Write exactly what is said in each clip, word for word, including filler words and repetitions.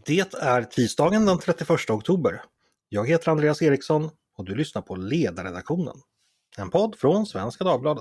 Det är tisdagen den trettioförsta oktober. Jag heter Andreas Eriksson och du lyssnar på Ledarredaktionen. En podd från Svenska Dagbladet.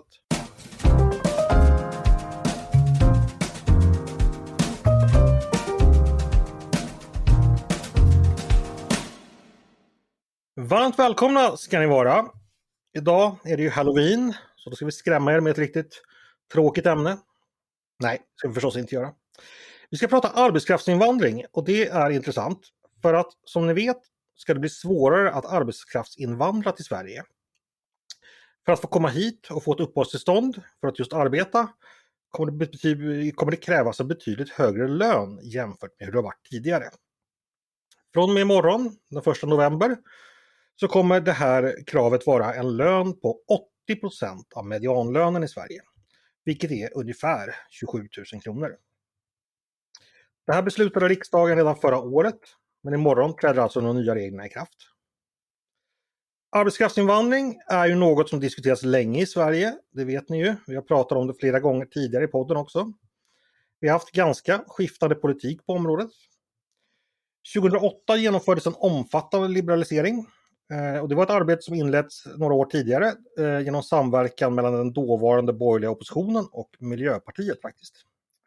Varmt välkomna ska ni vara. Idag är det ju Halloween, så då ska vi skrämma er med ett riktigt tråkigt ämne. Nej, det ska vi förstås inte göra. Vi ska prata arbetskraftsinvandring och det är intressant för att som ni vet ska det bli svårare att arbetskraftsinvandra till Sverige. För att få komma hit och få ett uppehållstillstånd för att just arbeta kommer det, bety- kommer det krävas en betydligt högre lön jämfört med hur det har varit tidigare. Från och med imorgon, den första november, så kommer det här kravet vara en lön på åttio procent av medianlönen i Sverige, vilket är ungefär tjugosju tusen kronor. Det här beslutade riksdagen redan förra året, men imorgon träder alltså de nya reglerna i kraft. Arbetskraftsinvandring är ju något som diskuteras länge i Sverige, det vet ni ju. Vi har pratat om det flera gånger tidigare i podden också. Vi har haft ganska skiftande politik på området. tjugohundraåtta genomfördes en omfattande liberalisering. Och det var ett arbete som inletts några år tidigare genom samverkan mellan den dåvarande borgerliga oppositionen och Miljöpartiet faktiskt.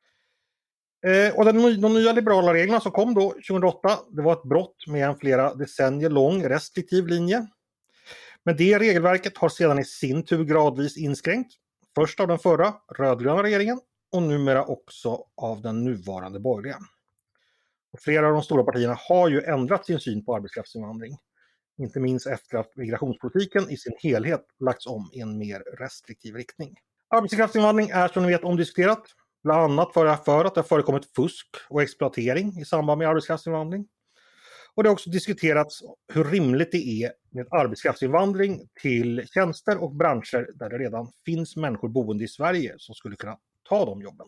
Och de, de nya liberala reglerna som kom då tjugohundraåtta, det var ett brott med en flera decennier lång restriktiv linje. Men det regelverket har sedan i sin tur gradvis inskränkt. Först av den förra rödgröna regeringen och numera också av den nuvarande borgerliga. Och flera av de stora partierna har ju ändrat sin syn på arbetskraftsinvandring. Inte minst efter att migrationspolitiken i sin helhet lagts om i en mer restriktiv riktning. Arbetskraftsinvandring är som ni vet omdiskuterat. Bland annat för, för att det har förekommit fusk och exploatering i samband med arbetskraftsinvandring. Och det har också diskuterats hur rimligt det är med arbetskraftsinvandring till tjänster och branscher där det redan finns människor boende i Sverige som skulle kunna ta de jobben.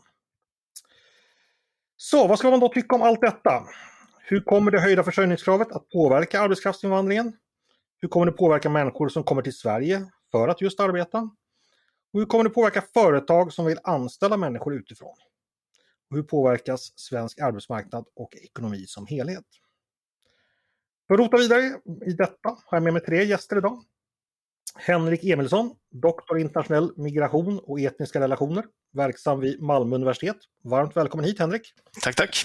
Så vad ska man då tycka om allt detta? Hur kommer det höjda försörjningskravet att påverka arbetskraftsinvandringen? Hur kommer det påverka människor som kommer till Sverige för att just arbeta? Och hur kommer det påverka företag som vill anställa människor utifrån? Och hur påverkas svensk arbetsmarknad och ekonomi som helhet? För att rota vidare i detta har jag med mig tre gäster idag. Henrik Emilsson, doktor i internationell migration och etniska relationer, verksam vid Malmö universitet. Varmt välkommen hit Henrik. Tack, tack.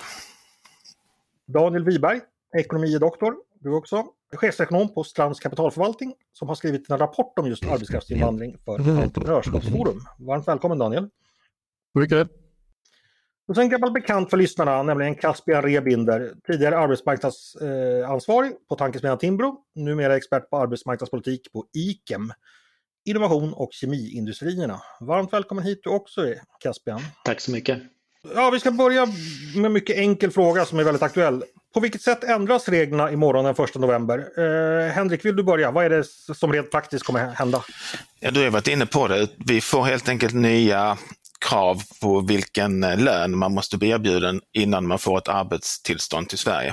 Daniel Wiberg, ekonomidoktor, du också, chefsekonom på Strands kapitalförvaltning som har skrivit en rapport om just arbetskraftsinvandring för Entreprenörskapsforum. Varmt välkommen Daniel. Mycket. Och sen gammal bekant för lyssnarna, nämligen Caspian Rebinder, tidigare arbetsmarknadsansvarig eh, på Tankesmedjan Timbro, numera expert på arbetsmarknadspolitik på IKEM, innovation och kemiindustrierna. Varmt välkommen hit du också Caspian. Tack så mycket. Ja, vi ska börja med en mycket enkel fråga som är väldigt aktuell. På vilket sätt ändras reglerna imorgon den första november? Eh, Henrik, vill du börja? Vad är det som rent praktiskt kommer hända? Ja, du har varit inne på det. Vi får helt enkelt nya krav på vilken lön man måste bli erbjuden innan man får ett arbetstillstånd till Sverige.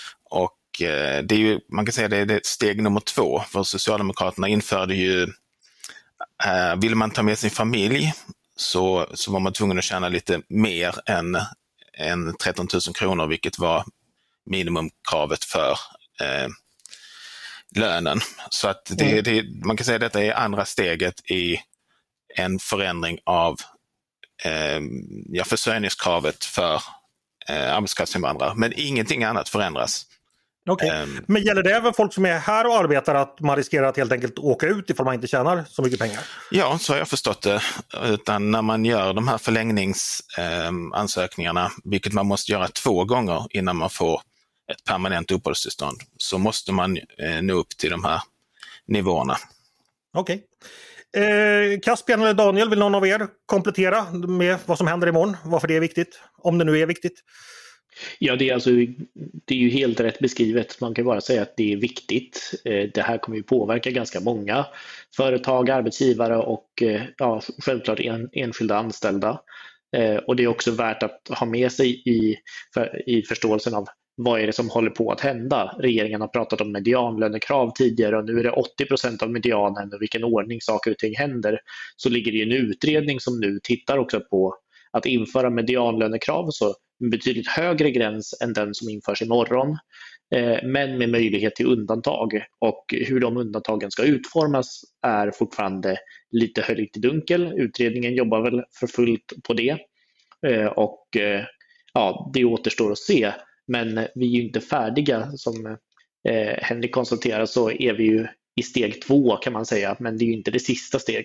Och eh, det är ju, man kan säga det är det steg nummer två, för Socialdemokraterna införde ju, eh, vill man ta med sin familj så, så var man tvungen att tjäna lite mer än, än tretton tusen kronor, vilket var minimumkravet för eh, lönen. Så att det, mm. det, man kan säga att detta är andra steget i en förändring av eh, ja, försörjningskravet för eh, arbetskraftsinvandrare. Men ingenting annat förändras. Okej, okay. um, men gäller det även folk som är här och arbetar att man riskerar att helt enkelt åka ut ifall man inte tjänar så mycket pengar? Ja, så har jag förstått det. Utan när man gör de här förlängningsansökningarna, eh, vilket man måste göra två gånger innan man får ett permanent uppehållstillstånd, så måste man eh, nå upp till de här nivåerna. Okej. Okay. Eh, Caspian eller Daniel, vill någon av er komplettera med vad som händer imorgon? Varför det är viktigt? Om det nu är viktigt. Ja, det är, alltså, det är ju helt rätt beskrivet. Man kan bara säga att det är viktigt. Det här kommer ju påverka ganska många företag, arbetsgivare och ja, självklart en, enskilda anställda. Och det är också värt att ha med sig i, för, i förståelsen av vad är det som håller på att hända. Regeringen har pratat om medianlönekrav tidigare och nu är det åttio procent av medianen och vilken ordning saker och ting händer. Så ligger det en utredning som nu tittar också på att införa medianlönekrav, så en betydligt högre gräns än den som införs imorgon, men med möjlighet till undantag. Och hur de undantagen ska utformas är fortfarande lite höljt i dunkel. Utredningen jobbar väl för fullt på det. Och ja, det återstår att se. Men vi är ju inte färdiga. Som Henrik konstaterar så är vi ju i steg två kan man säga. Men det är ju inte det sista steget.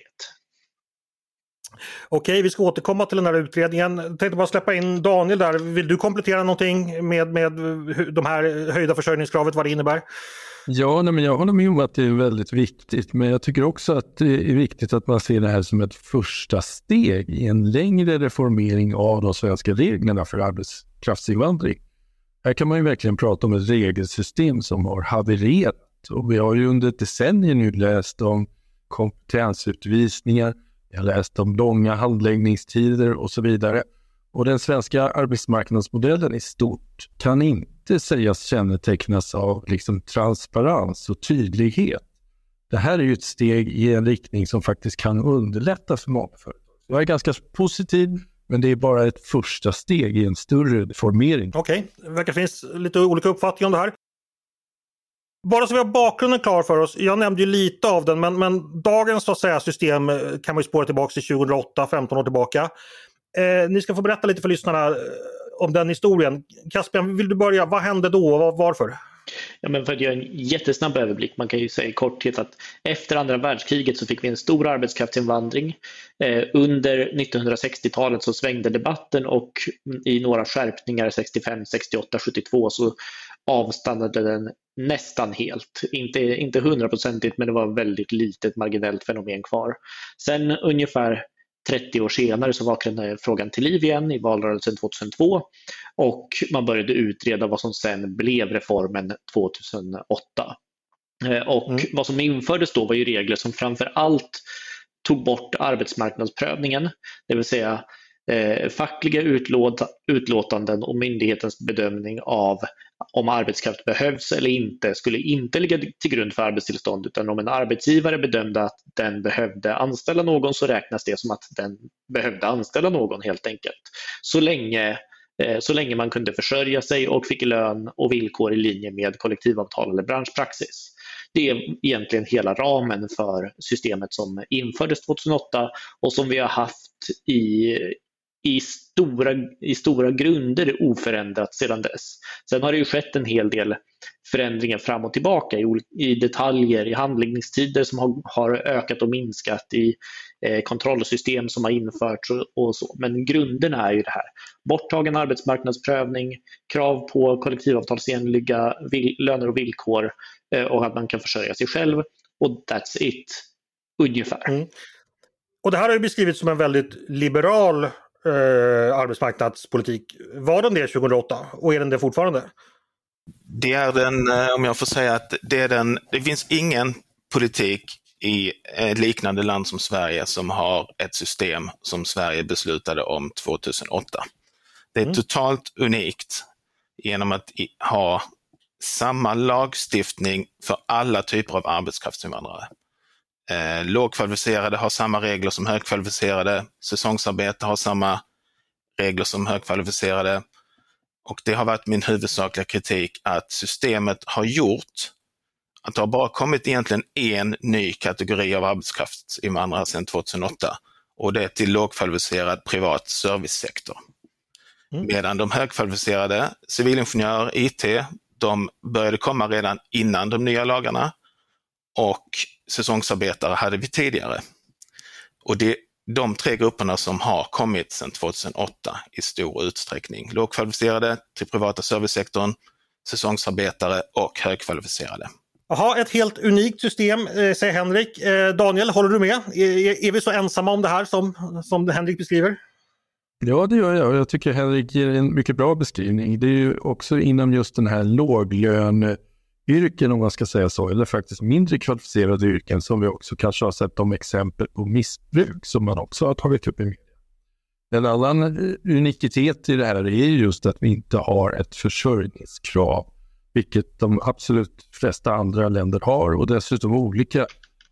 Okej, vi ska återkomma till den här utredningen. Jag tänkte bara släppa in Daniel där. Vill du komplettera någonting med, med de här höjda försörjningskravet, vad det innebär? Ja, nej, men jag håller med om att det är väldigt viktigt. Men jag tycker också att det är viktigt att man ser det här som ett första steg i en längre reformering av de svenska reglerna för arbetskraftsinvandring. Här kan man ju verkligen prata om ett regelsystem som har havererat. Och vi har ju under decennier nu läst om kompetensutvisningar, jag har läst om långa handläggningstider och så vidare. Och den svenska arbetsmarknadsmodellen i stort kan inte sägas kännetecknas av liksom transparens och tydlighet. Det här är ju ett steg i en riktning som faktiskt kan underlätta för många företag. Jag är ganska positiv, men det är bara ett första steg i en större reformering. Okej, det verkar finnas lite olika uppfattningar om det här. Bara så vi har bakgrunden klar för oss, jag nämnde ju lite av den, men, men dagens så att säga, system kan man ju spåra tillbaka till tjugohundraåtta, femton år tillbaka. Eh, ni ska få berätta lite för lyssnarna om den historien. Caspian, vill du börja? Vad hände då och varför? Ja, men för att göra en jättesnabb överblick, man kan ju säga i korthet att efter andra världskriget så fick vi en stor arbetskraftsinvandring. Eh, under nittonhundrasextiotalet så svängde debatten och i några skärpningar sextiofem, sextioåtta, sjuttiotvå så avstannade den nästan helt. Inte, inte hundraprocentigt, men det var väldigt litet marginellt fenomen kvar. Sen ungefär trettio år senare så vaknade frågan till liv igen i valrörelsen tjugohundratvå och man började utreda vad som sen blev reformen tjugohundraåtta. Och mm. vad som infördes då var ju regler som framför allt tog bort arbetsmarknadsprövningen, det vill säga eh, fackliga utlåt- utlåtanden och myndighetens bedömning av om arbetskraft behövs eller inte skulle inte ligga till grund för arbetstillstånd, utan om en arbetsgivare bedömde att den behövde anställa någon så räknas det som att den behövde anställa någon helt enkelt. Så länge, eh, så länge man kunde försörja sig och fick lön och villkor i linje med kollektivavtal eller branschpraxis. Det är egentligen hela ramen för systemet som infördes tjugohundraåtta och som vi har haft i I stora, i stora grunder oförändrat sedan dess. Sen har det ju skett en hel del förändringar fram och tillbaka i, i detaljer, i handläggningstider som har, har ökat och minskat, i eh, kontrollsystem som har införts och, och så. Men grunderna är ju det här. Borttagen arbetsmarknadsprövning, krav på kollektivavtalsenliga vill, löner och villkor eh, och att man kan försörja sig själv. Och that's it, ungefär. Mm. Och det här har ju beskrivits som en väldigt liberal Eh, arbetsmarknadspolitik. Var den det tjugohundraåtta och är den det fortfarande? Det är den, om jag får säga att det är den, det finns ingen politik i ett liknande land som Sverige som har ett system som Sverige beslutade om tjugohundraåtta. Det är mm. totalt unikt genom att ha samma lagstiftning för alla typer av arbetskraftsinvandrare. Eh, lågkvalificerade har samma regler som högkvalificerade, säsongsarbetare har samma regler som högkvalificerade, och det har varit min huvudsakliga kritik att systemet har gjort att det har bara kommit egentligen en ny kategori av arbetskraftsinvandrare sedan tjugohundraåtta, och det är till lågkvalificerad privat servicesektor. Mm. Medan de högkvalificerade, civilingenjör, I T, de började komma redan innan de nya lagarna, och säsongsarbetare hade vi tidigare. Och det är de tre grupperna som har kommit sedan tjugohundraåtta i stor utsträckning. Lågkvalificerade till privata servicesektorn, säsongsarbetare och högkvalificerade. Jaha, ett helt unikt system, säger Henrik. Daniel, håller du med? Är, är vi så ensamma om det här som, som Henrik beskriver? Ja, det gör jag. Jag tycker Henrik ger en mycket bra beskrivning. Det är ju också inom just den här låglön yrken, om man ska säga så, eller faktiskt mindre kvalificerade yrken som vi också kanske har sett de exempel på missbruk som man också har tagit upp i media. En annan unikitet i det här är just att vi inte har ett försörjningskrav, vilket de absolut flesta andra länder har, och dessutom olika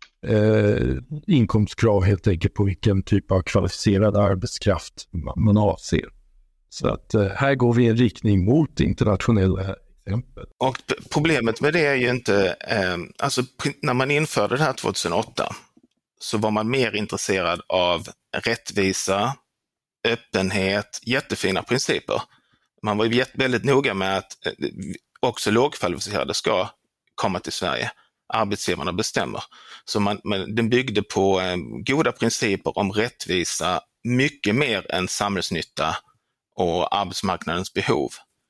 eh, inkomstkrav helt enkelt på vilken typ av kvalificerad arbetskraft man avser. Så att eh, här går vi i en riktning mot internationella exempel. Och problemet med det är ju inte, eh, alltså när man införde det här tjugohundraåtta så var man mer intresserad av rättvisa, öppenhet, jättefina principer. Man var ju väldigt noga med att eh, också lågkvalificerade ska komma till Sverige. Arbetsgivarna bestämmer. Så man, man, den byggde på eh, goda principer om rättvisa, mycket mer än samhällsnytta och arbetsmarknadens behov.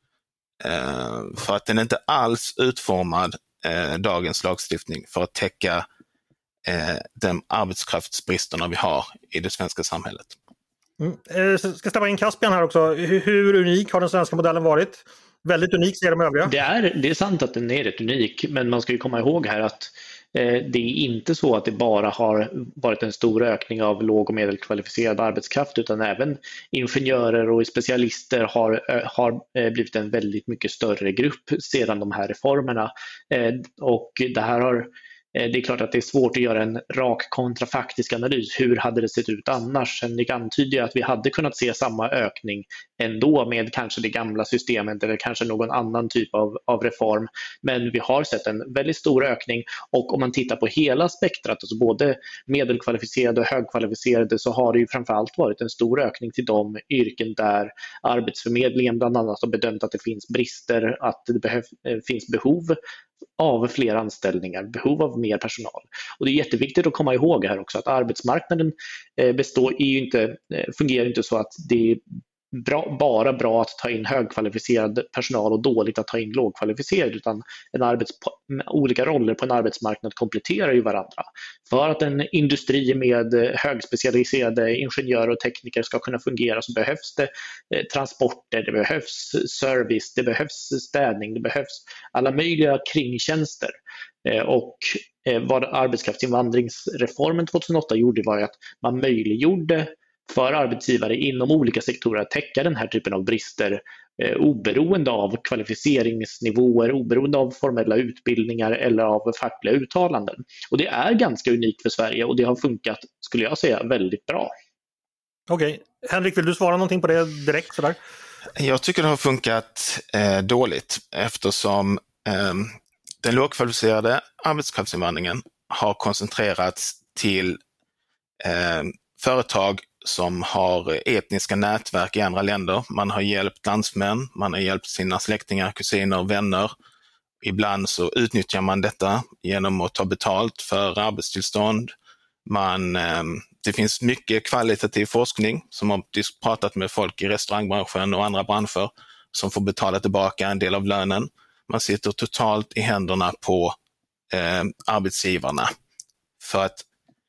Eh, för att den är inte alls utformad, eh, dagens lagstiftning, för att täcka eh, de arbetskraftsbristerna vi har i det svenska samhället. Mm. Eh, ska släppa in Caspian här också. Hur, hur unik har den svenska modellen varit? Väldigt unik ser de övriga. Det är, det är sant att den är rätt unik, men man ska ju komma ihåg här att eh, det är inte så att det bara har varit en stor ökning av låg- och medelkvalificerad arbetskraft, utan även ingenjörer och specialister har, har blivit en väldigt mycket större grupp sedan de här reformerna. Eh, och det här har Det är klart att det är svårt att göra en rak kontrafaktisk analys. Hur hade det sett ut annars? Henrik antyder att vi hade kunnat se samma ökning ändå med kanske det gamla systemet eller kanske någon annan typ av, av reform. Men vi har sett en väldigt stor ökning, och om man tittar på hela spektrat, alltså både medelkvalificerade och högkvalificerade, så har det ju framförallt varit en stor ökning till de yrken där Arbetsförmedlingen bland annat har bedömt att det finns brister, att det behöv, finns behov av fler anställningar, behov av mer personal. Och det är jätteviktigt att komma ihåg här också att arbetsmarknaden består, är ju inte, fungerar inte så att det är bra, bara bra att ta in högkvalificerad personal och dåligt att ta in lågkvalificerad, utan en arbets, olika roller på en arbetsmarknad kompletterar ju varandra. För att en industri med högspecialiserade ingenjörer och tekniker ska kunna fungera så behövs det transporter, det behövs service, det behövs städning, det behövs alla möjliga kringtjänster. Och vad arbetskraftsinvandringsreformen tjugohundraåtta gjorde var att man möjliggjorde för arbetsgivare inom olika sektorer att täcka den här typen av brister eh, oberoende av kvalificeringsnivåer, oberoende av formella utbildningar eller av fackliga uttalanden. Och det är ganska unikt för Sverige, och det har funkat, skulle jag säga, väldigt bra. Okej. Okay. Henrik, vill du svara någonting på det direkt? Sådär? Jag tycker det har funkat eh, dåligt eftersom eh, den lågkvalificerade arbetskraftsinvandringen har koncentrerats till eh, företag som har etniska nätverk i andra länder. Man har hjälpt landsmän, man har hjälpt sina släktingar, kusiner, vänner. Ibland så utnyttjar man detta genom att ta betalt för arbetstillstånd. Man, det finns mycket kvalitativ forskning som har pratat med folk i restaurangbranschen och andra branscher som får betala tillbaka en del av lönen. Man sitter totalt i händerna på eh, arbetsgivarna. För att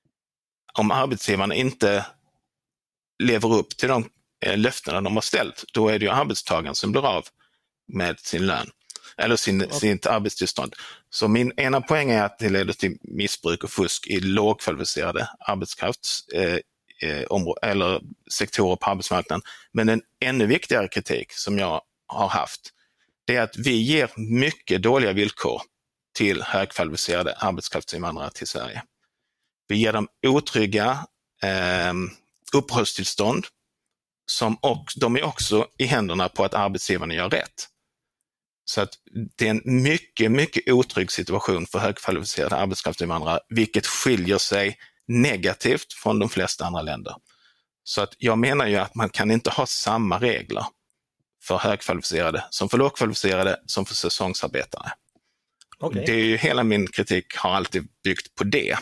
om arbetsgivarna inte lever upp till de löftena de har ställt, då är det ju arbetstagaren som blir av med sin lön eller sin, okay. sitt arbetstillstånd. Så min ena poäng är att det leder till missbruk och fusk i lågkvalificerade arbetskrafts eh, eller sektorer på arbetsmarknaden. Men en ännu viktigare kritik som jag har haft, det är att vi ger mycket dåliga villkor till högkvalificerade arbetskraftsinvandrare till Sverige. Vi ger dem otrygga eh, uppehållstillstånd som också, de är också i händerna på att arbetsgivarna gör rätt. Så att det är en mycket, mycket otrygg situation för högkvalificerade arbetskraftsinvandrare, vilket skiljer sig negativt från de flesta andra länder. Så att jag menar ju att man kan inte ha samma regler för högkvalificerade som för lågkvalificerade som för säsongsarbetare. Okay. Det är ju, hela min kritik har alltid byggt på det.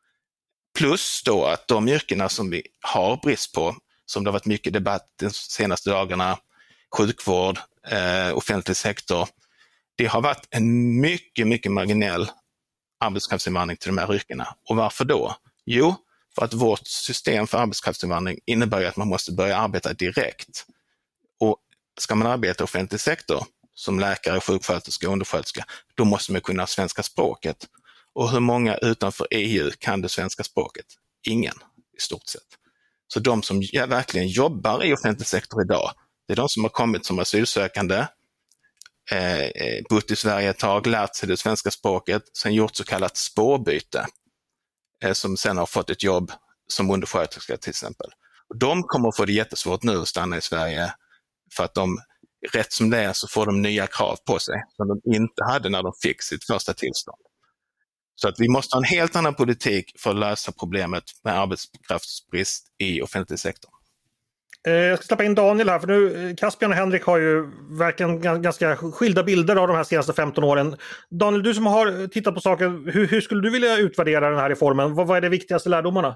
Plus då att de yrkena som vi har brist på, som det har varit mycket debatt de senaste dagarna, sjukvård, eh, offentlig sektor, det har varit en mycket, mycket marginell arbetskraftsinvandring till de här yrkena. Och varför då? Jo, för att vårt system för arbetskraftsinvandring innebär ju att man måste börja arbeta direkt. Och ska man arbeta i offentlig sektor som läkare, sjuksköterska och undersköterska, då måste man kunna svenska språket. Och hur många utanför E U kan det svenska språket? Ingen, i stort sett. Så de som verkligen jobbar i offentlig sektor idag, det är de som har kommit som asylsökande, eh, bott i Sverige ett tag, lärt sig det svenska språket, sen gjort så kallat spårbyte, eh, som sen har fått ett jobb som undersköterska till exempel. Och de kommer att få det jättesvårt nu att stanna i Sverige för att de rätt som det är så får de nya krav på sig som de inte hade när de fick sitt första tillstånd. Så att vi måste ha en helt annan politik för att lösa problemet med arbetskraftsbrist i offentlig sektor. Jag ska släppa in Daniel här, för nu Caspian och Henrik har ju verkligen ganska skilda bilder av de här senaste femton åren. Daniel, du som har tittat på saker, hur, hur skulle du vilja utvärdera den här reformen? Vad, vad är de viktigaste lärdomarna?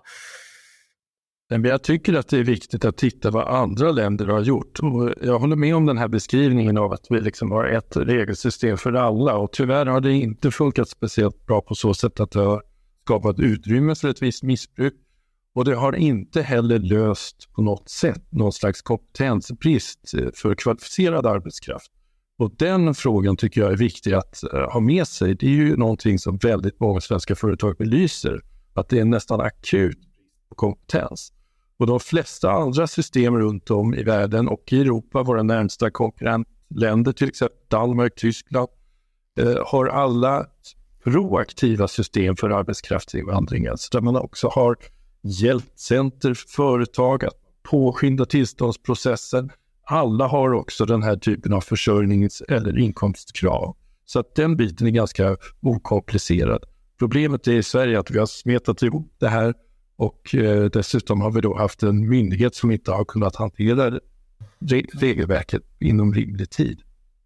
Men jag tycker att det är viktigt att titta vad andra länder har gjort. Och jag håller med om den här beskrivningen av att vi liksom har ett regelsystem för alla. Och tyvärr har det inte funkat speciellt bra på så sätt att det har skapat utrymme för ett visst missbruk. Och det har inte heller löst på något sätt någon slags kompetensbrist för kvalificerad arbetskraft. Och den frågan tycker jag är viktig att ha med sig. Det är ju någonting som väldigt många svenska företag belyser. Att det är nästan akut kompetens. Och de flesta andra system runt om i världen och i Europa, våra närmsta konkurrentländer, till exempel Danmark, Tyskland, eh, har alla proaktiva system för arbetskraftsinvandring. Alltså där man också har hjälpcenter för företag att påskynda tillståndsprocessen. Alla har också den här typen av försörjnings- eller inkomstkrav. Så att den biten är ganska okomplicerad. Problemet är i Sverige att vi har smetat ihop det här. Och eh, dessutom har vi då haft en myndighet som inte har kunnat hantera re- regelverket inom rimlig tid.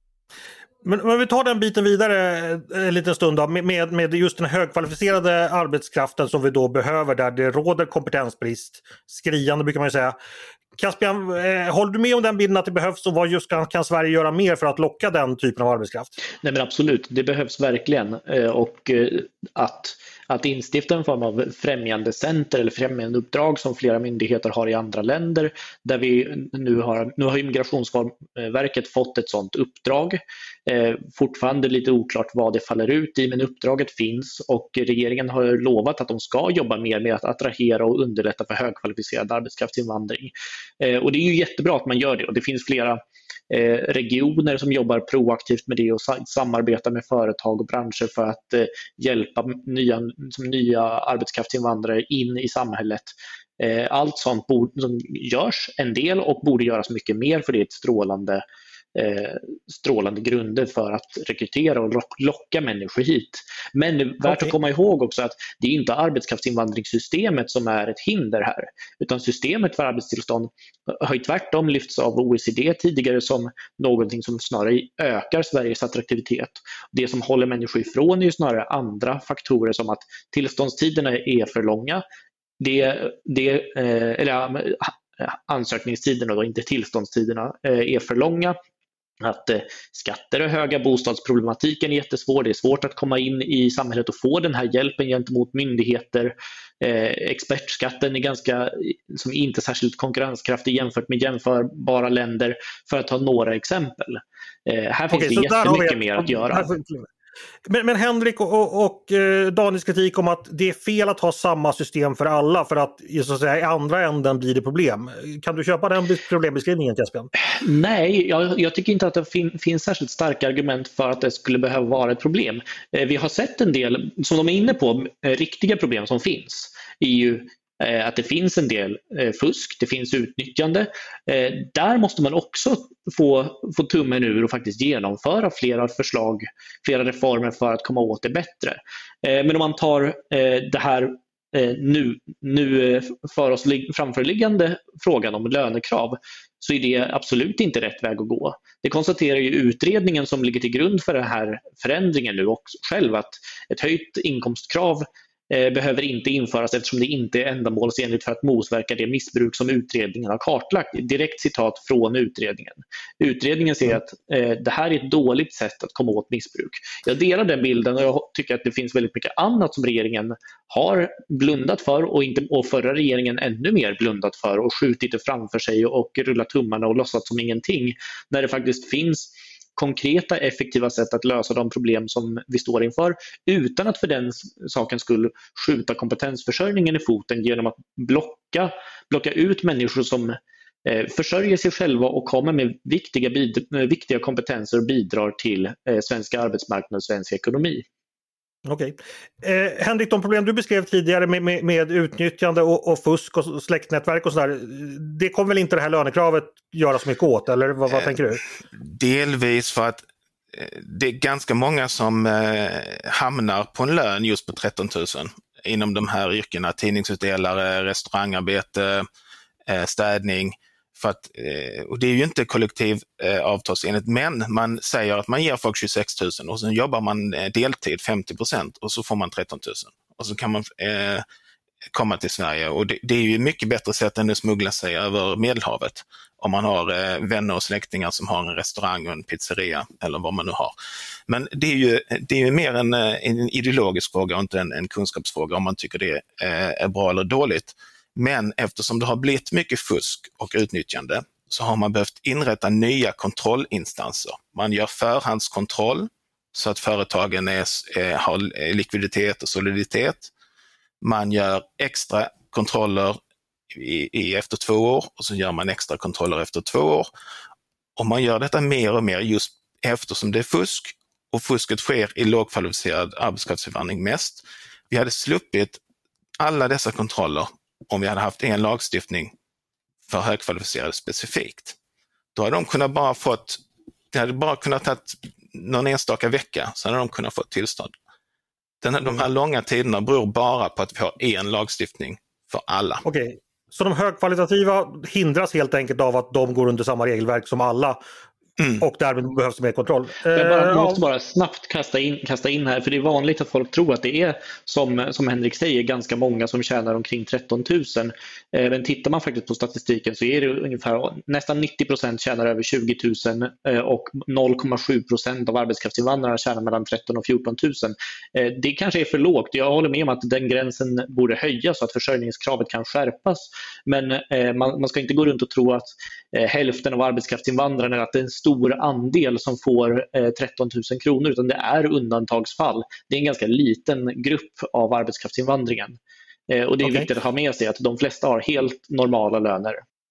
Men om vi tar den biten vidare en liten stund då, med, med just den högkvalificerade arbetskraften som vi då behöver, där det råder kompetensbrist, skriande brukar man ju säga. Caspian, eh, håller du med om den bilden att det behövs, och vad just kan, kan Sverige göra mer för att locka den typen av arbetskraft? Nej, men absolut, det behövs verkligen. Eh, och eh, att Att instifta en form av främjande center eller främjande uppdrag som flera myndigheter har i andra länder, där vi nu har, nu har Migrationsverket fått ett sådant uppdrag. Eh, fortfarande lite oklart vad det faller ut i, men uppdraget finns och regeringen har lovat att de ska jobba mer med att attrahera och underlätta för högkvalificerad arbetskraftsinvandring. Eh, och det är ju jättebra att man gör det, och det finns flera Eh, regioner som jobbar proaktivt med det och sa- samarbetar med företag och branscher för att eh, hjälpa nya, som nya arbetskraftsinvandrare in i samhället. Eh, allt sånt borde, som görs en del och borde göras mycket mer, för det är ett strålande, eh, strålande grunder för att rekrytera och lock- locka människor hit. Men värt Okay. att komma ihåg också att det är inte arbetskraftsinvandringssystemet som är ett hinder här, utan systemet för arbetstillstånd har ju tvärtom lyfts av O E C D tidigare som någonting som snarare ökar Sveriges attraktivitet. Det som håller människor ifrån är ju snarare andra faktorer, som att tillståndstiderna är för långa. Det, det, eh, eller ansökningstiderna, då, inte tillståndstiderna, eh, är för långa. Att eh, skatter är höga, bostadsproblematiken är jättesvår, det är svårt att komma in i samhället och få den här hjälpen gentemot myndigheter. Eh, expertskatten är ganska, som inte särskilt konkurrenskraftig jämfört med jämförbara länder, för att ta några exempel. Eh, här finns Okej, det jättemycket vi, mer att göra. Men, men Henrik och, och, och eh, Daniels kritik om att det är fel att ha samma system för alla, för att, så att säga, i andra änden blir det problem. Kan du köpa den problembeskrivningen, Caspian? Nej, jag, jag tycker inte att det fin, finns särskilt starka argument för att det skulle behöva vara ett problem. Eh, vi har sett en del, som de är inne på, eh, riktiga problem som finns. är ju att det finns en del fusk, det finns utnyttjande. Där måste man också få, få tummen ur och faktiskt genomföra flera förslag, flera reformer för att komma åt det bättre. Men om man tar det här nu, nu för oss framförliggande frågan om lönekrav, så är det absolut inte rätt väg att gå. Det konstaterar ju utredningen som ligger till grund för den här förändringen nu också själv, att ett höjt inkomstkrav behöver inte införas eftersom det inte är ändamålsenligt för att motverka det missbruk som utredningen har kartlagt. Direkt citat från utredningen. Utredningen säger att eh, det här är ett dåligt sätt att komma åt missbruk. Jag delar den bilden, och jag tycker att det finns väldigt mycket annat som regeringen har blundat för, och, inte, och förra regeringen ännu mer blundat för och skjutit det framför sig och rullat tummarna och låtsat som ingenting, när det faktiskt finns konkreta, effektiva sätt att lösa de problem som vi står inför, utan att för den saken skulle skjuta kompetensförsörjningen i foten genom att blocka, blocka ut människor som eh, försörjer sig själva och kommer med viktiga, bid- viktiga kompetenser och bidrar till eh, svenska arbetsmarknad och svensk ekonomi. Okej. Eh, Henrik, de problem du beskrev tidigare med, med, med utnyttjande och, och fusk och släktnätverk och sådär, det kommer väl inte det här lönekravet göra så mycket åt, eller vad, vad eh, tänker du? Delvis för att eh, det är ganska många som eh, hamnar på en lön just på tretton tusen inom de här yrkena, tidningsutdelare, restaurangarbete, eh, städning. För att, eh, och det är ju inte kollektivavtalsenligt, men man säger att man ger folk tjugosex tusen och sen jobbar man eh, deltid femtio procent och så får man tretton tusen. Och så kan man eh, komma till Sverige och det, det är ju mycket bättre sätt än att smuggla sig över Medelhavet om man har eh, vänner och släktingar som har en restaurang och en pizzeria eller vad man nu har. Men det är ju, det är ju mer en, en ideologisk fråga och inte en, en kunskapsfråga om man tycker det eh, är bra eller dåligt. Men eftersom det har blivit mycket fusk och utnyttjande så har man behövt inrätta nya kontrollinstanser. Man gör förhandskontroll så att företagen är, är, har likviditet och soliditet. Man gör extra kontroller i, i efter två år och så gör man extra kontroller efter två år. Och man gör detta mer och mer just eftersom det är fusk och fusket sker i lågkvalificerad arbetskraftsinvandring mest. Vi hade sluppit alla dessa kontroller om vi hade haft en lagstiftning för högkvalificerade specifikt. Då hade de kunnat bara fått, det hade bara kunnat ta någon enstaka vecka så hade de kunnat få tillstånd. Den här, de här långa tiderna beror bara på att vi har en lagstiftning för alla. Okej, så de högkvalitativa hindras helt enkelt av att de går under samma regelverk som alla. Mm. Och därmed behövs det mer kontroll. Jag bara, måste bara snabbt kasta in, kasta in här, för det är vanligt att folk tror att det är, som, som Henrik säger, ganska många som tjänar omkring tretton tusen. Men tittar man faktiskt på statistiken så är det ungefär nästan nittio procent tjänar över tjugo tusen och noll komma sju procent av arbetskraftsinvandrarna tjänar mellan tretton och fjorton tusen. Det kanske är för lågt. Jag håller med om att den gränsen borde höjas så att försörjningskravet kan skärpas. Men man, man ska inte gå runt och tro att hälften av arbetskraftsinvandrarna är att det är en stor andel som får eh, tretton tusen kronor, utan det är undantagsfall. Det är en ganska liten grupp av arbetskraftsinvandringen. Eh, och det är okay. viktigt att ha med sig att de flesta har helt normala löner.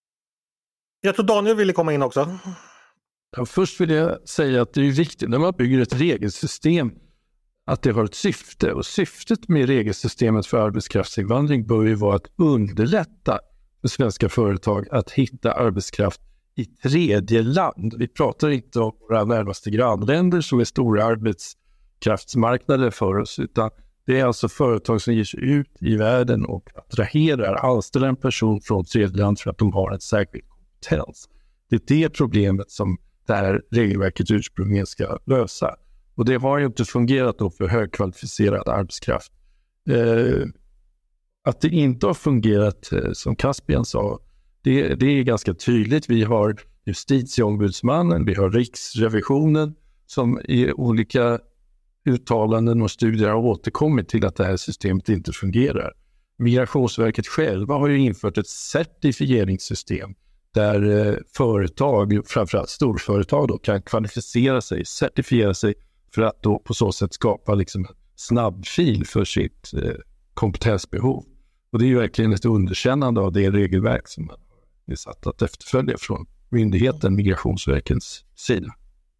Jag tror Daniel ville komma in också. Ja, först vill jag säga att det är viktigt när man bygger ett regelsystem att det har ett syfte. Och syftet med regelsystemet för arbetskraftsinvandring bör ju vara att underlätta för svenska företag att hitta arbetskraft i tredje land. Vi pratar inte om våra närmaste grannländer som är stora arbetskraftsmarknader för oss, utan det är alltså företag som ger sig ut i världen och attraherar, anställer en person från tredje land för att de har en särskild kompetens. Det är det problemet som det här regelverket ursprungligen ska lösa. Och det har ju inte fungerat då för högkvalificerad arbetskraft. Eh, att det inte har fungerat, eh, som Caspian sa, Det, det är ganska tydligt. Vi har justitieombudsmannen, vi har Riksrevisionen som i olika uttalanden och studier har återkommit till att det här systemet inte fungerar. Migrationsverket själva har ju infört ett certifieringssystem där eh, företag, framförallt storföretag då, kan kvalificera sig, certifiera sig för att då på så sätt skapa liksom en snabbfil för sitt eh, kompetensbehov. Och det är ju verkligen ett underkännande av det regelverk som man är satt att efterfölja från myndigheten, Migrationsverkets sida.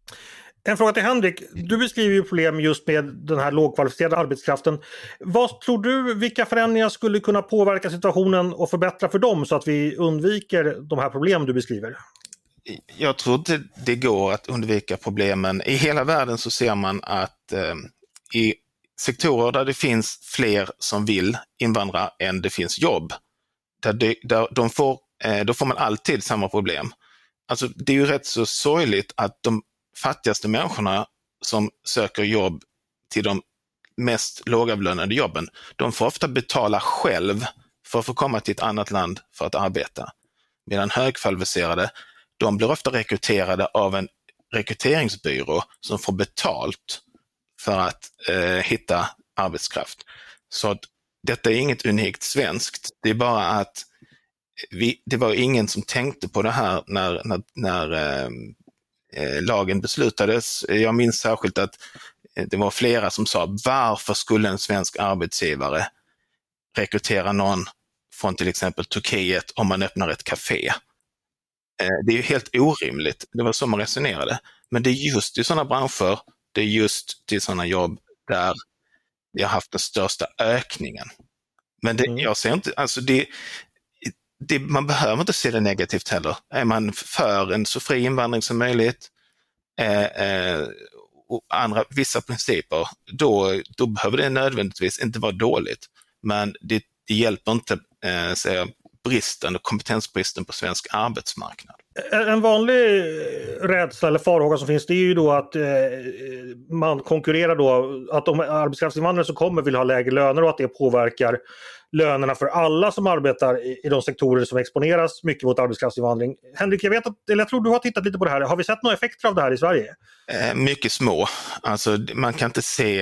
En fråga till Henrik. Du beskriver ju problem just med den här lågkvalificerade arbetskraften. Vad tror du, vilka förändringar skulle kunna påverka situationen och förbättra för dem så att vi undviker de här problemen du beskriver? Jag tror inte det går att undvika problemen. I hela världen så ser man att eh, i sektorer där det finns fler som vill invandra än det finns jobb, där, de, där de får, eh, då får man alltid samma problem. Alltså det är ju rätt så sorgligt att de fattigaste människorna som söker jobb till de mest lågavlönade jobben, de får ofta betala själv för att få komma till ett annat land för att arbeta. Medan högkvalificerade, de blir ofta rekryterade av en rekryteringsbyrå som får betalt för att eh, hitta arbetskraft. Så att detta är inget unikt svenskt. Det är bara att vi, det var ingen som tänkte på det här när, när, när eh, lagen beslutades. Jag minns särskilt att det var flera som sa, varför skulle en svensk arbetsgivare rekrytera någon från till exempel Turkiet om man öppnar ett café? Det är ju helt orimligt. Det var så man resonerade. Men det är just i sådana branscher, det är just till sådana jobb där vi har haft den största ökningen. Men det, mm. jag ser inte, alltså det, det, man behöver inte se det negativt heller. Är man för en så fri invandring som möjligt eh, eh, och andra vissa principer, då, då behöver det nödvändigtvis inte vara dåligt. Men det, det hjälper inte eh, säga, bristen och kompetensbristen på svensk arbetsmarknad. En vanlig rädsla eller farhåga som finns, det är ju då att eh, man konkurrerar då, att de arbetskraftsinvandrare som kommer vill ha lägre löner och att det påverkar lönerna för alla som arbetar i, i de sektorer som exponeras mycket mot arbetskraftsinvandring. Henrik, jag vet att, eller jag tror du har tittat lite på det här. Har vi sett några effekter av det här i Sverige? Eh, mycket små. Alltså man kan inte se,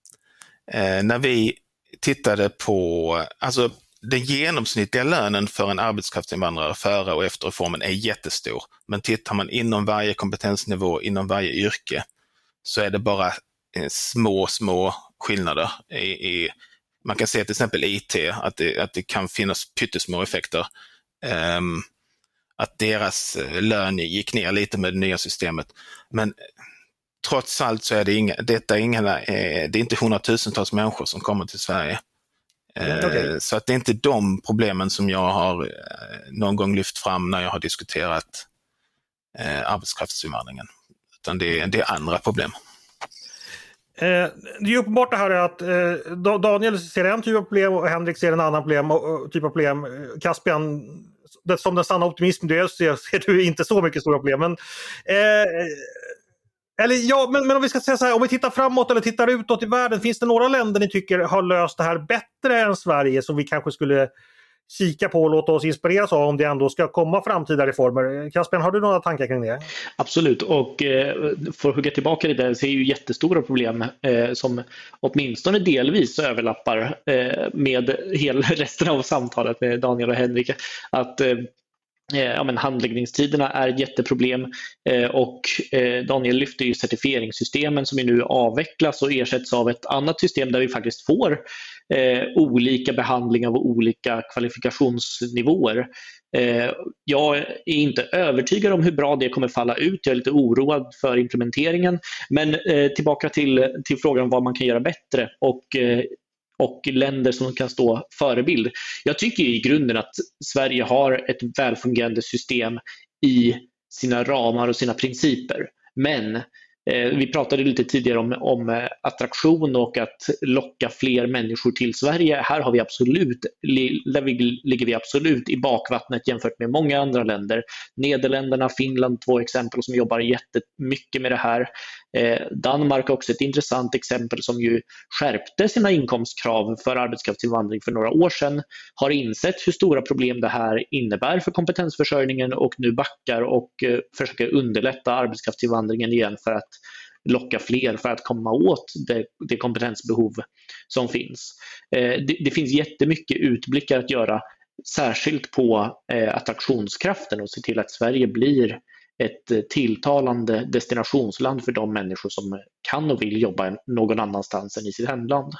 eh, när vi tittade på, alltså den genomsnittliga lönen för en arbetskraftsinvandrare före och efter reformen är jättestor. Men tittar man inom varje kompetensnivå, inom varje yrke, så är det bara eh, små, små skillnader. I, i, man kan se till exempel I T, att det, att det kan finnas pyttesmå effekter. Um, att deras lön gick ner lite med det nya systemet. Men trots allt så är det, inga, detta är, inga, eh, det är inte hundratusentals människor som kommer till Sverige. Mm, okay. Så att det är inte de problemen som jag har någon gång lyft fram när jag har diskuterat eh, arbetskraftsinvandringen. Utan det är, det är andra problem. Eh, det är uppenbart det här att eh, Daniel ser en typ av problem och Henrik ser en annan problem, och, typ av problem. Caspian, det, som den sanna optimism du är, ser, ser du inte så mycket stora problem. Men, eh, eller ja, men, men om vi ska säga så här, om vi tittar framåt eller tittar utåt i världen, finns det några länder ni tycker har löst det här bättre än Sverige som vi kanske skulle kika på och låta oss inspireras av om det ändå ska komma framtida reformer? Caspian, har du några tankar kring det? Absolut, och eh, för att hugga tillbaka det där så är ju jättestora problem eh, som åtminstone delvis överlappar eh, med hela resten av samtalet med Daniel och Henrik. Att eh, Ja, men handläggningstiderna är ett jätteproblem eh, och eh, Daniel lyfter ju certifieringssystemen som nu avvecklas och ersätts av ett annat system där vi faktiskt får eh, olika behandling av olika kvalifikationsnivåer. Eh, jag är inte övertygad om hur bra det kommer falla ut. Jag är lite oroad för implementeringen. Men eh, tillbaka till, till frågan om vad man kan göra bättre och eh, och länder som kan stå förebild. Jag tycker i grunden att Sverige har ett välfungerande system i sina ramar och sina principer. Men eh, vi pratade lite tidigare om, om attraktion och att locka fler människor till Sverige. Här har vi absolut, där vi, ligger vi absolut i bakvattnet jämfört med många andra länder. Nederländerna, Finland, två exempel som jobbar jättemycket med det här. Eh, Danmark är också ett intressant exempel som ju skärpte sina inkomstkrav för arbetskraftsinvandring för några år sedan, har insett hur stora problem det här innebär för kompetensförsörjningen och nu backar och eh, försöker underlätta arbetskraftsinvandringen igen för att locka fler, för att komma åt det, det kompetensbehov som finns. Eh, det, det finns jättemycket utblickar att göra, särskilt på eh, attraktionskraften, och se till att Sverige blir ett tilltalande destinationsland för de människor som kan och vill jobba någon annanstans än i sitt hemland.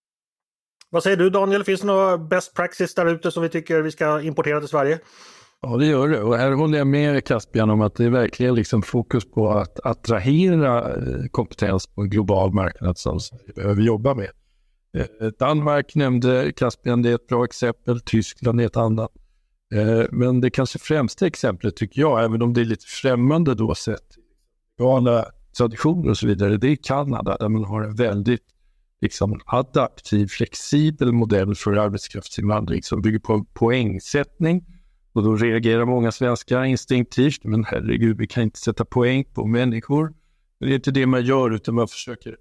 Vad säger du, Daniel? Finns det några best practice där ute som vi tycker vi ska importera till Sverige? Ja, det gör det. Och här håller jag med Caspian om att det är verkligen liksom fokus på att attrahera kompetens på en global marknad som vi behöver jobba med. Danmark nämnde Caspian, det är ett bra exempel. Tyskland är ett annat. Men det kanske främsta exemplet tycker jag, även om det är lite främmande då sett legala traditioner och så vidare, det är Kanada där man har en väldigt liksom adaptiv, flexibel modell för arbetskraftsinvandring som bygger på en poängsättning. Och då reagerar många svenskar instinktivt, men herregud, vi kan inte sätta poäng på människor. Men det är inte det man gör, utan man försöker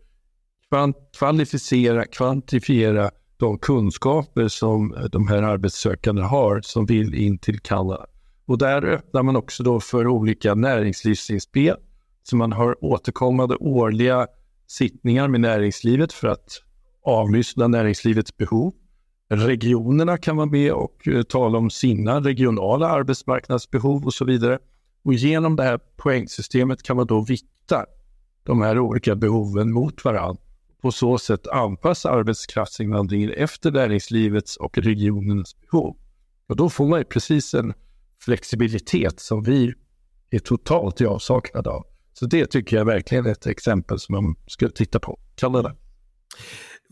kvalificera, kvantifiera de kunskaper som de här arbetssökande har som vill in till Kanada. Och där öppnar man också då för olika näringslivsinspel. Så man har återkommande årliga sittningar med näringslivet för att avlyssna näringslivets behov. Regionerna kan vara med och tala om sina regionala arbetsmarknadsbehov och så vidare. Och genom det här poängsystemet kan man då vikta de här olika behoven mot varandra. På så sätt anpassa arbetskraftsinvandringen efter näringslivets och regionens behov. Och då får man ju precis en flexibilitet som vi är totalt i avsaknad av. Så det tycker jag verkligen är ett exempel som man ska titta på. Kanada.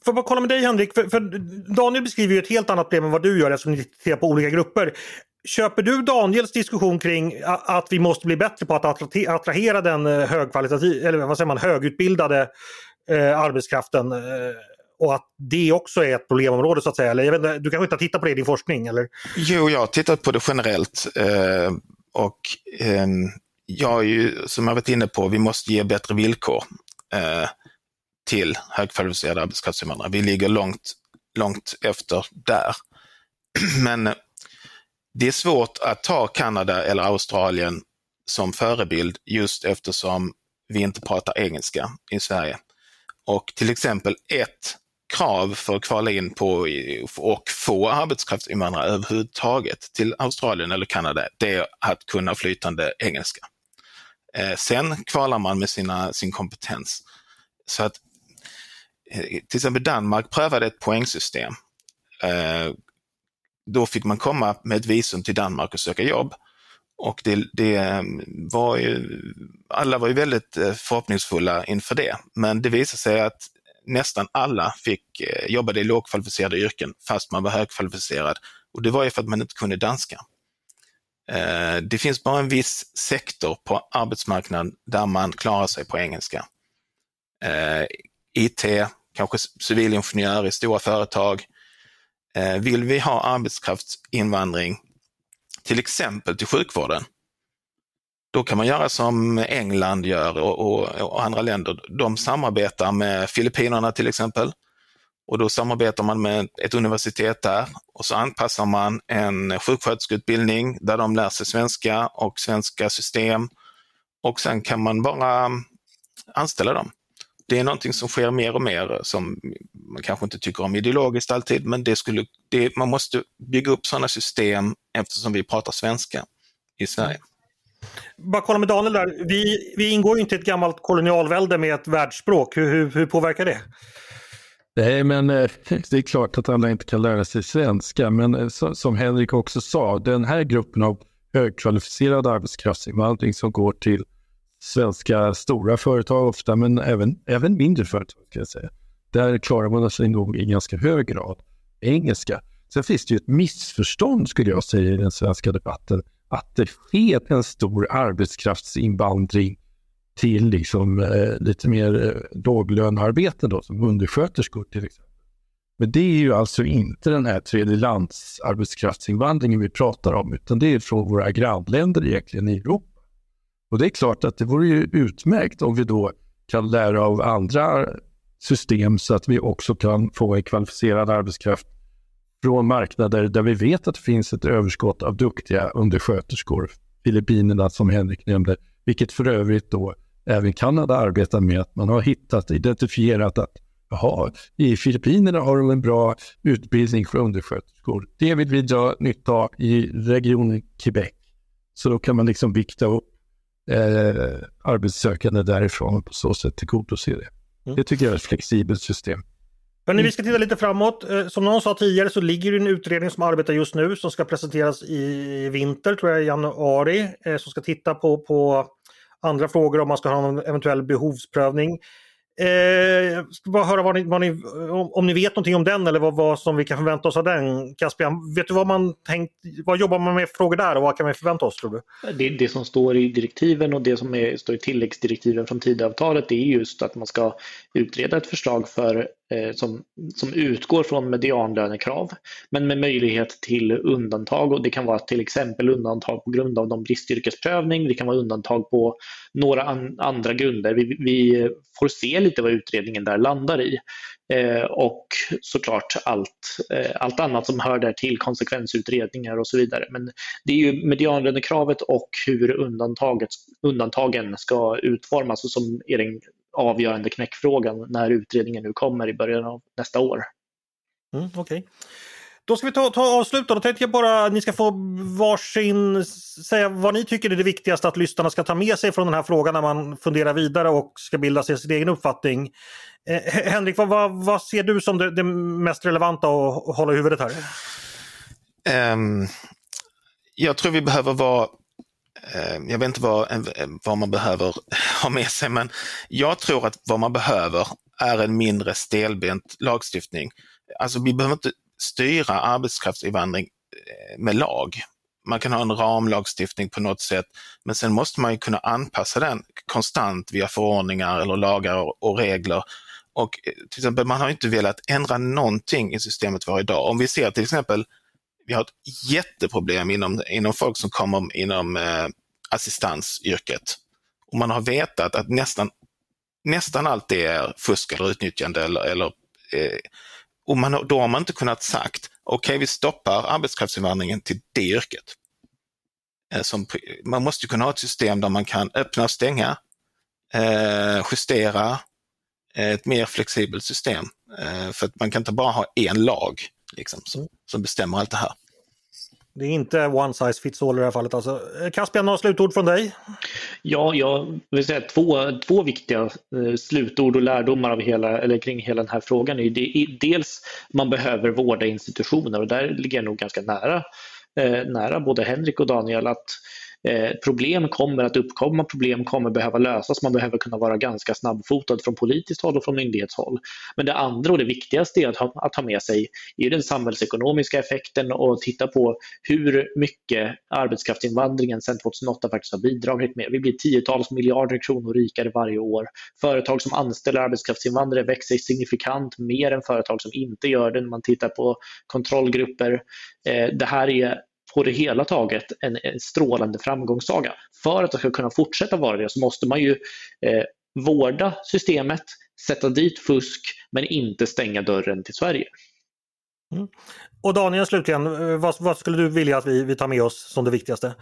Får bara kolla med dig, Henrik, för, för Daniel beskriver ju ett helt annat problem än vad du gör eftersom ni tittar på olika grupper. Köper du Daniels diskussion kring att vi måste bli bättre på att attrahera den högkvalitativ, eller vad säger man, högutbildade eh, arbetskraften, eh, och att det också är ett problemområde så att säga? Eller jag vet inte, du kanske inte har tittat på det i din forskning, eller? Jo, jag har tittat på det generellt eh, och eh, jag är ju, som jag varit inne på, vi måste ge bättre villkor eh, till högkvalificerade arbetskraftsinvandrare. Vi ligger långt, långt efter där. Men det är svårt att ta Kanada eller Australien som förebild just eftersom vi inte pratar engelska i Sverige. Och till exempel ett krav för att kvala in på och få arbetskraftsinvandrare överhuvudtaget till Australien eller Kanada, det är att kunna flytande engelska. Eh, sen kvalar man med sina, sin kompetens. Så att eh, till exempel Danmark prövade ett poängsystem. Eh, då fick man komma med ett visum till Danmark och söka jobb. Och det, det var ju, alla var ju väldigt förhoppningsfulla inför det. Men det visade sig att nästan alla fick jobba i lågkvalificerade yrken fast man var högkvalificerad. Och det var ju för att man inte kunde danska. Det finns bara en viss sektor på arbetsmarknaden där man klarar sig på engelska. I T, kanske civilingenjör i stora företag. Vill vi ha arbetskraftsinvandring till exempel till sjukvården, då kan man göra som England gör och, och, och andra länder. De samarbetar med Filippinerna till exempel, och då samarbetar man med ett universitet där och så anpassar man en sjuksköterskeutbildning där de lär sig svenska och svenska system, och sen kan man bara anställa dem. Det är någonting som sker mer och mer som man kanske inte tycker om ideologiskt alltid, men det skulle, det, man måste bygga upp sådana system eftersom vi pratar svenska i Sverige. Bara kolla med Daniel där, vi, vi ingår ju inte i ett gammalt kolonialvälde med ett världsspråk. Hur, hur, hur påverkar det? Nej, men det är klart att alla inte kan lära sig svenska, men som Henrik också sa, den här gruppen av högkvalificerad arbetskraftsinvandring som går till svenska stora företag ofta, men även, även mindre företag ska jag säga. Där klarar man sig nog i ganska hög grad engelska. Sen finns det ju ett missförstånd skulle jag säga i den svenska debatten, att det sker en stor arbetskraftsinvandring till liksom, eh, lite mer eh, låglönearbeten då, som undersköterskor till exempel. Men det är ju alltså inte den här tredjelands arbetskraftsinvandringen vi pratar om, utan det är från våra grannländer egentligen i Europa. Och det är klart att det vore ju utmärkt om vi då kan lära av andra system så att vi också kan få en kvalificerad arbetskraft från marknader där vi vet att det finns ett överskott av duktiga undersköterskor. Filippinerna som Henrik nämnde, vilket för övrigt då även Kanada arbetar med, att man har hittat, identifierat att jaha, i Filippinerna har de en bra utbildning för undersköterskor. Det vill vi dra nytta av i regionen Quebec. Så då kan man liksom vikta upp eh, arbetssökande därifrån och på så sätt tillgodose det. Mm. Det tycker jag är ett flexibelt system. Men vi ska titta lite framåt. Som någon sa tidigare så ligger det en utredning som arbetar just nu som ska presenteras i vinter, tror jag i januari, som ska titta på, på andra frågor om man ska ha någon eventuell behovsprövning. Eh, jag ska bara höra vad ni, vad ni, om, om ni vet någonting om den eller vad, vad som vi kan förvänta oss av den. Caspian, vet du vad man tänkt, vad jobbar man med frågor där och vad kan vi förvänta oss, tror du? Det, det som står i direktiven och det som är, står i tilläggsdirektiven från Tidöavtalet, det är just att man ska utreda ett förslag för, eh, som, som utgår från medianlönekrav men med möjlighet till undantag, och det kan vara till exempel undantag på grund av någon bristyrkesprövning, det kan vara undantag på några an, andra grunder. Vi, vi får se lite vad utredningen där landar i. Eh, och såklart allt, eh, allt annat som hör där till, konsekvensutredningar och så vidare. Men det är ju medianlönekravet och hur undantaget, undantagen ska utformas och som är den avgörande knäckfrågan när utredningen nu kommer i början av nästa år. Mm, Okej. Okay. Då ska vi ta, ta avsluta. Då tänkte jag bara att ni ska få varsin säga vad ni tycker är det viktigaste att lyssnarna ska ta med sig från den här frågan när man funderar vidare och ska bilda sig sin egen uppfattning. Eh, Henrik, vad, vad, vad ser du som det, det mest relevanta att, att hålla i huvudet här? Um, jag tror vi behöver vara jag vet inte vad, vad man behöver ha med sig, men jag tror att vad man behöver är en mindre stelbent lagstiftning. Alltså vi behöver inte styra arbetskraftsinvandring med lag. Man kan ha en ramlagstiftning på något sätt, men sen måste man ju kunna anpassa den konstant via förordningar eller lagar och regler. Och till exempel, man har inte velat ändra någonting i systemet var idag. Om vi ser till exempel, vi har ett jätteproblem inom, inom folk som kommer inom eh, assistansyrket. Och man har vetat att nästan, nästan allt det är fusk eller utnyttjande. Eller, eller, eh, och man, då har man inte kunnat sagt, okej, okay, vi stoppar arbetskraftsinvandringen till det yrket. Eh, som, man måste ju kunna ha ett system där man kan öppna och stänga, eh, justera, ett mer flexibelt system. För att man kan inte bara ha en lag liksom, som, som bestämmer allt det här. Det är inte one size fits all i det här fallet. Alltså, Caspian, några slutord från dig? Ja, jag vill säga två, två viktiga eh, slutord och lärdomar av hela, eller kring hela den här frågan. Är det, dels man behöver vårda institutioner, och där ligger jag nog ganska nära, eh, nära både Henrik och Daniel, att Eh, problem kommer att uppkomma, problem kommer behöva lösas, man behöver kunna vara ganska snabbfotad från politiskt håll och från myndighetshåll. Men det andra och det viktigaste är att ha, att ha med sig är den samhällsekonomiska effekten och titta på hur mycket arbetskraftsinvandringen sedan tjugohundraåtta faktiskt har bidragit med. Vi blir tiotals miljarder kronor rikare varje år. Företag som anställer arbetskraftsinvandrare växer signifikant mer än företag som inte gör det när man tittar på kontrollgrupper. Eh, det här är på det hela taget en, en strålande framgångssaga. För att det ska kunna fortsätta vara det så måste man ju eh, vårda systemet, sätta dit fusk, men inte stänga dörren till Sverige. Mm. Och Daniel, slutligen, vad, vad skulle du vilja att vi, vi tar med oss som det viktigaste?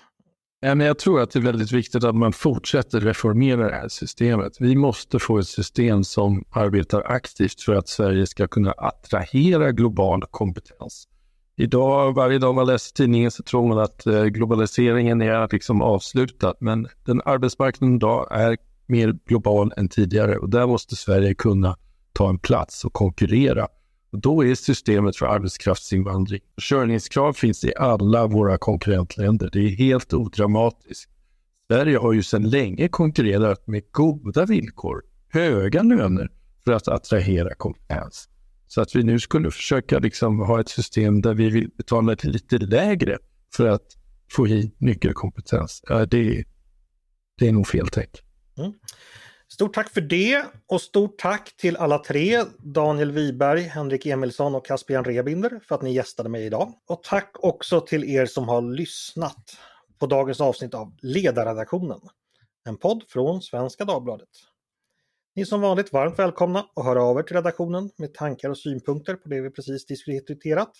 Ja, men jag tror att det är väldigt viktigt att man fortsätter reformera det här systemet. Vi måste få ett system som arbetar aktivt för att Sverige ska kunna attrahera global kompetens. Idag, varje dag man läser tidningen så tror man att eh, globaliseringen är liksom avslutad. Men den arbetsmarknaden idag är mer global än tidigare. Och där måste Sverige kunna ta en plats och konkurrera. Och då är systemet för arbetskraftsinvandring. Försörjningskrav finns i alla våra konkurrentländer. Det är helt odramatiskt. Sverige har ju sedan länge konkurrerat med goda villkor, höga löner för att attrahera kompetens. Så att vi nu skulle försöka liksom ha ett system där vi vill betala lite lägre för att få hit nyckelkompetens. Ja, det, det är nog fel tänk. Mm. Stort tack för det, och stort tack till alla tre, Daniel Wiberg, Henrik Emilsson och Caspian Rebinder, för att ni gästade mig idag. Och tack också till er som har lyssnat på dagens avsnitt av Ledarredaktionen, en podd från Svenska Dagbladet. Ni är som vanligt varmt välkomna att höra av er till redaktionen med tankar och synpunkter på det vi precis diskuterat.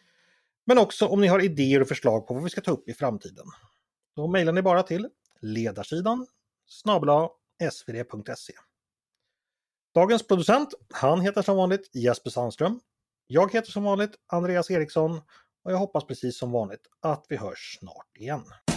Men också om ni har idéer och förslag på vad vi ska ta upp i framtiden. Då mejlar ni bara till ledarsidan snabel-a s v d punkt se. Dagens producent, han heter som vanligt Jesper Sandström. Jag heter som vanligt Andreas Eriksson, och jag hoppas precis som vanligt att vi hörs snart igen.